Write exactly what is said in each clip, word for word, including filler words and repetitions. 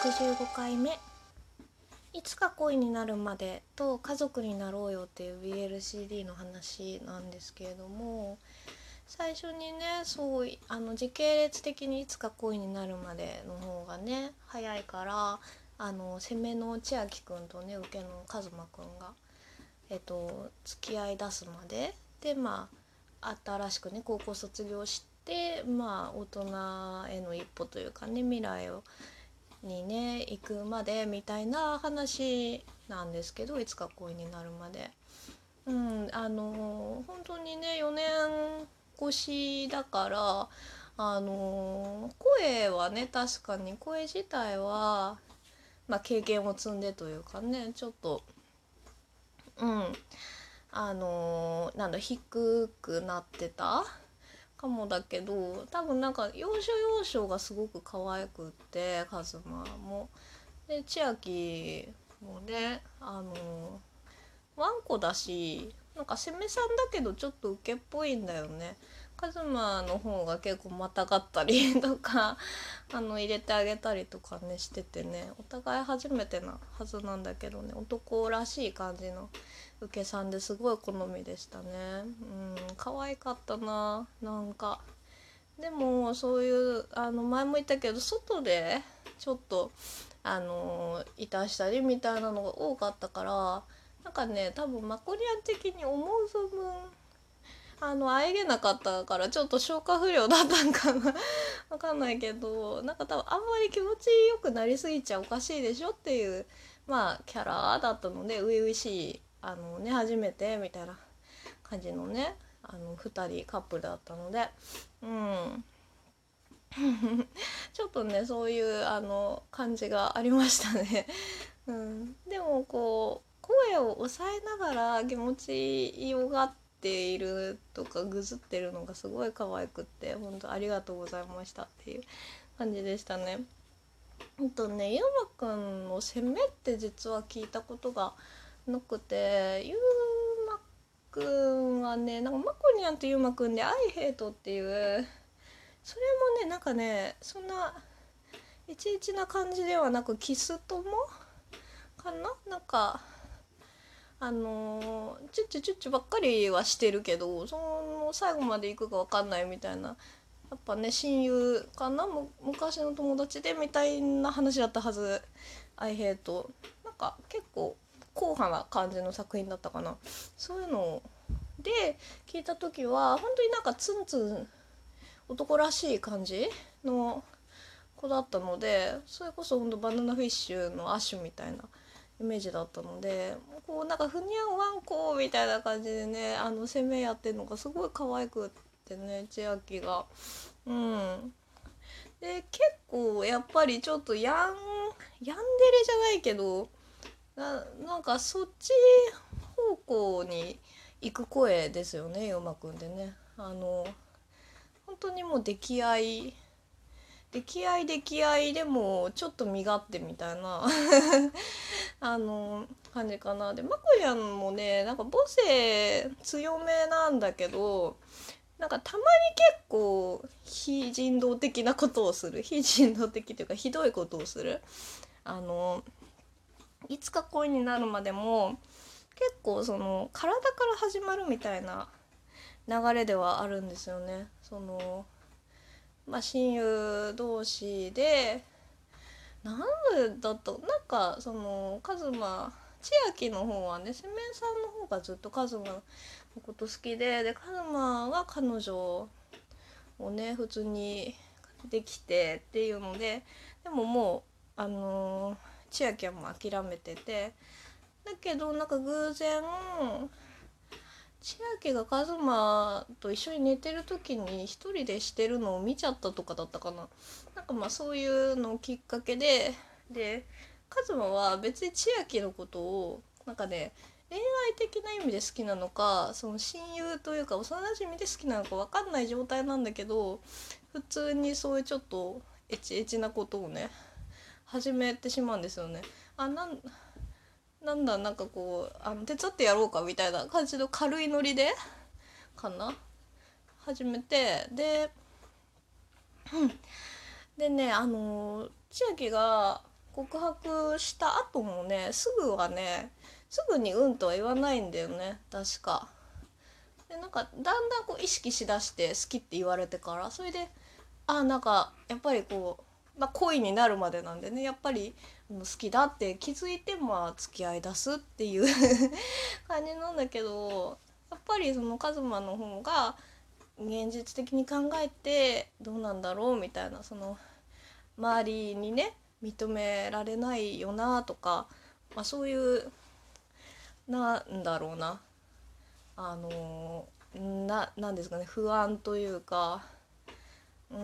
くじゅうごかいめいつか恋になるまでと家族になろうよっていう ビーエルシーディー の話なんですけれども、最初にね、そうあの時系列的にいつか恋になるまでの方がね早いから、あの攻めの千秋くんとね受けの一馬くんがえっと付き合い出すまでで、まあ新しくね高校卒業して、まあ大人への一歩というかね、未来をにね行くまでみたいな話なんですけど、いつか恋になるまで、うんあの本当にねよねん越しだから、あの声はね確かに声自体は、まあ、経験を積んでというかね、ちょっとうんあのなんだ低くなってたかもだけど、多分なんか要所要所がすごく可愛くってカズマもで千秋もね、あのワンコだし、なんか攻めさんだけどちょっと受けっぽいんだよね。カズマの方が結構またがったりとかあの入れてあげたりとかねしててね、お互い初めてなはずなんだけどね、男らしい感じの受けさんですごい好みでしたね。うん可愛かったな。なんかでもそういうあの前も言ったけど外でちょっとあのいたしたりみたいなのが多かったから、なんかね多分マコリアン的に思う存分あのあえげなかったから、ちょっと消化不良だったんかなわかんないけど、なんか多分あんまり気持ちよくなりすぎちゃおかしいでしょっていうまあキャラだったので、初々しいあのね初めてみたいな感じのねあのふたりカップルだったので、うんちょっとねそういうあの感じがありましたね。うん、でもこう声を抑えながら気持ちよがっているとかぐずってるのがすごい可愛くって、本当ありがとうございましたっていう感じでしたね。ほんとね、ゆうまくんの攻めって実は聞いたことがなくて、ゆうまくんはね、なんかまこにゃんとゆうまくんでアイヘイトっていう、それもねなんかねそんないちいちな感じではなく、キスともかな、なんかあのー、チュッチュチュッチュばっかりはしてるけど、その最後まで行くか分かんないみたいな、やっぱね親友かな、む昔の友達でみたいな話だったはず。アイヘイトなんか結構硬派な感じの作品だったかな。そういうので聞いた時は本当になんかツンツン男らしい感じの子だったので、それこそほんとバナナフィッシュのアッシュみたいなイメージだったので、こうなんかふにゃんわんこみたいな感じでねあの攻めやってるのがすごい可愛くってね、千秋が。うんで結構やっぱりちょっとヤンヤンデレじゃないけど、ななんかそっち方向に行く声ですよね、ヨマくんでね。あの本当にもう溺愛溺愛溺愛でもちょっと身勝手みたいなあの感じかな。でマコリャンもねなんか母性強めなんだけど、なんかたまに結構非人道的なことをする、非人道的というかひどいことをする。あのいつか恋になるまでも結構その体から始まるみたいな流れではあるんですよね。そのまあ親友同士でなんでだったなんかそのカズマ千秋の方はね、セメンさんの方がずっとカズマのこと好きで、でカズマは彼女をね普通にできてっていうので、でももうあのー、千秋はもう諦めてて、だけどなんか偶然千秋がカズマと一緒に寝てる時に一人でしてるのを見ちゃったとかだったかな。なんかまあそういうのをきっかけで、でカズマは別に千秋のことをなんかね恋愛的な意味で好きなのか、その親友というか幼馴染で好きなのか分かんない状態なんだけど、普通にそういうちょっとエチエチなことをね始めてしまうんですよね。あなんなんだなんかこうあの手伝ってやろうかみたいな感じの軽いノリでかな始めて、ででねあの千秋が告白した後もねすぐはねすぐにうんとは言わないんだよね確か。でなんかだんだんこう意識しだして好きって言われてからそれであなんかやっぱりこう、まあ、恋になるまでなんでねやっぱり好きだって気づいてまあ付き合い出すっていう感じなんだけどやっぱりそのカズマの方が現実的に考えてどうなんだろうみたいなその周りにね認められないよなとか、まあ、そういうなんだろうなあのななんですかね不安というか、うん、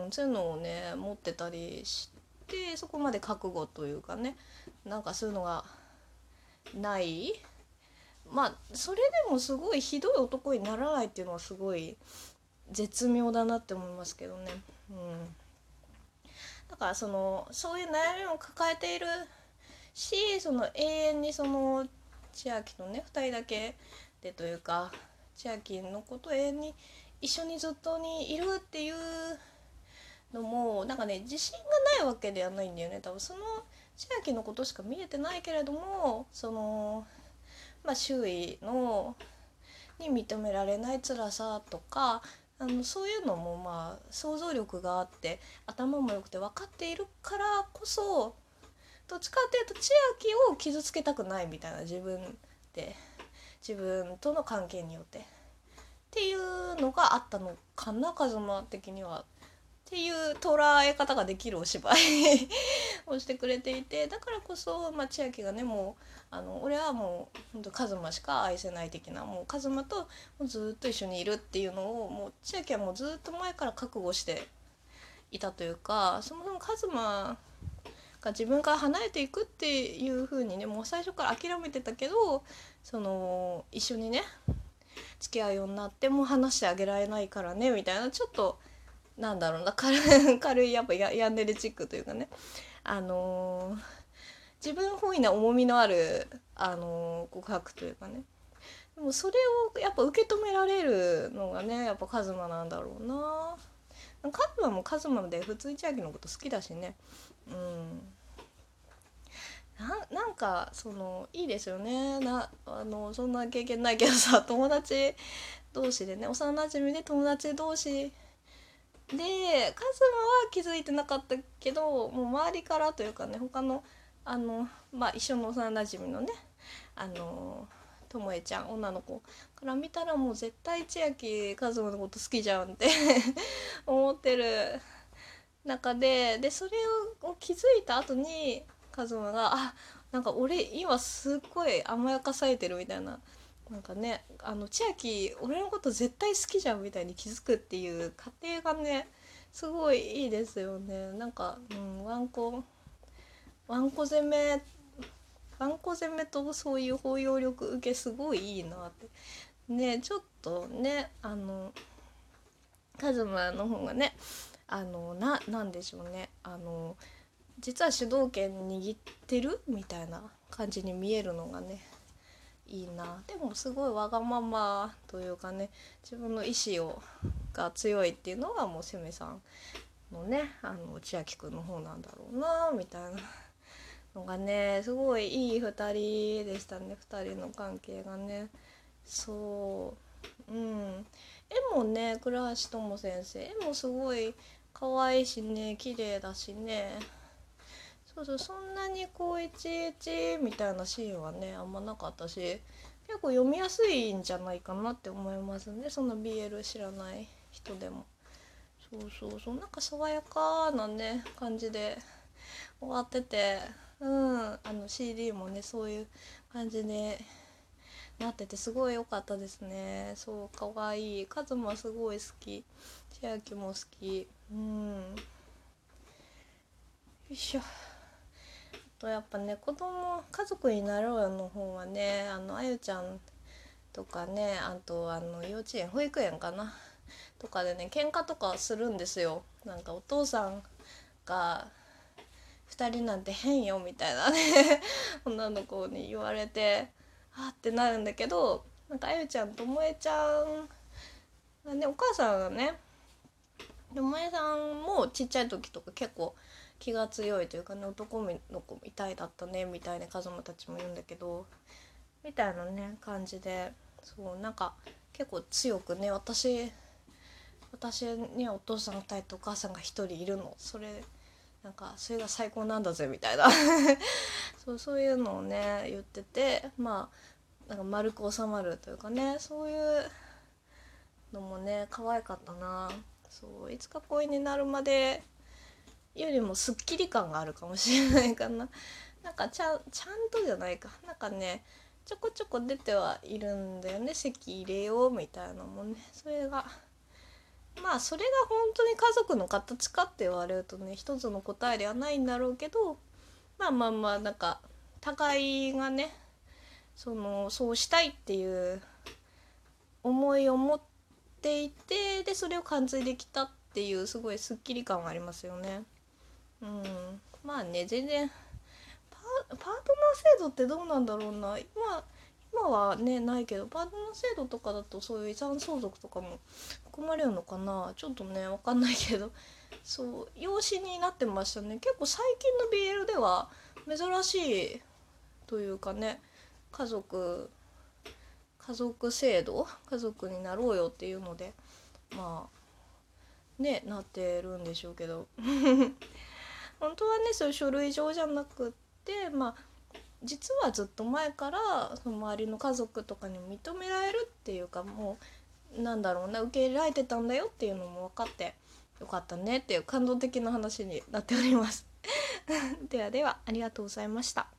そういうのをね持ってたりしてそこまで覚悟というかねなんかそういうのがないまあそれでもすごいひどい男にならないっていうのはすごい絶妙だなって思いますけどね。うん、だからそのそういう悩みを抱えているしその永遠にその千秋とねふたりだけでというか千秋のことを永遠に一緒にずっとにいるっていうのもなんかね自信がないわけではないんだよね多分その千秋のことしか見えてないけれどもその、まあ、周囲のに認められない辛さとかあのそういうのもまあ想像力があって頭も良くて分かっているからこそどっちかっていうと千秋を傷つけたくないみたいな自分で自分との関係によってっていうのがあったのかなカズマ的にはっていう捉え方ができるお芝居をしてくれていてだからこそ、まあ、千秋がねもうあの俺はもう本当カズマしか愛せない的なもうカズマともうずっと一緒にいるっていうのをもう千秋はもうずっと前から覚悟していたというかそもそもカズマが自分から離れていくっていう風にねもう最初から諦めてたけどその一緒にね付き合うようになってもう話してあげられないからねみたいなちょっとなんだろうな軽い軽いやっぱヤヤンデレチックというかねあのー、自分本位な重みのある、あのー、告白というかねでもそれをやっぱ受け止められるのがねやっぱカズマなんだろうなカズマもカズマで普通に千秋のこと好きだしねうんななんかそのいいですよねなあのそんな経験ないけどさ友達同士でね幼なじみで友達同士でカズマは気づいてなかったけどもう周りからというかね他のあの、まあ、一緒の幼なじみのねあのともえちゃん女の子から見たらもう絶対千秋カズマのこと好きじゃんって思ってる中ででそれを気づいた後にカズマが「あなんか俺今すっごい甘やかされてる」みたいななんかねあの千秋俺のこと絶対好きじゃんみたいに気づくっていう過程がねすごいいいですよねなんか、うん、ワンコワンコ攻めワンコ攻めとそういう包容力受けすごいいいなってねちょっとねあのカズマの方がねあのななんでしょうねあの実は主導権握ってるみたいな感じに見えるのがねいいなでもすごいわがままというかね自分の意志をが強いっていうのがもうセメさんのねあの千秋くんの方なんだろうなみたいなのがねすごいいいふたりでしたねふたりの関係がねそううん絵もね倉橋智先生絵もすごい可愛いしね綺麗だしねそうそうそんなにこういちいちみたいなシーンはねあんまなかったし結構読みやすいんじゃないかなって思いますねそんな ビーエル 知らない人でもそうそうそうなんか爽やかなね感じで終わっててうんあの シーディー もねそういう感じでなっててすごい良かったですねそうかわいいカズマすごい好き千秋も好きうんよいしょとやっぱね子供家族になろうよの方はねあのあゆちゃんとかねあとあの幼稚園保育園かなとかでね喧嘩とかするんですよなんかお父さんがふたりなんて変よみたいなね女の子に言われてあってなるんだけどなんかあゆちゃんともえちゃんがねお母さんがねともえさんもちっちゃい時とか結構気が強いというかね、男の子みたいだったねみたいなカズマたちも言うんだけど、みたいなね感じで、そうなんか結構強くね、私私にはお父さんふたりとお母さんがひとりいるの、それなんかそれが最高なんだぜみたいなそうそういうのをね言ってて、まあなんか丸く収まるというかね、そういうのもね可愛かったな。そういつか恋になるまでよりもすっきり感があるかもしれないかな。なんかちゃんちゃんとじゃないか、なんかねちょこちょこ出てはいるんだよね、籍入れようみたいなのもね。それがまあそれが本当に家族の形かって言われるとね一つの答えではないんだろうけど、まあまあまあなんか互いがねそのそうしたいっていう思いを持っていて、でそれを感じできたっていうすごいすっきり感がありますよね。うん、まあね全然パ、パートナー制度ってどうなんだろうな、今今はねないけど、パートナー制度とかだとそういう遺産相続とかも含まれるのかな、ちょっとね分かんないけど、そう養子になってましたね。結構最近の ビーエル では珍しいというかね、家族家族制度、家族になろうよっていうのでまあねなってるんでしょうけど本当はねそういう書類上じゃなくって、まあ実はずっと前からその周りの家族とかにも認められるっていうか、もうなんだろうな、受け入れられてたんだよっていうのも分かってよかったねっていう感動的な話になっておりますではではありがとうございました。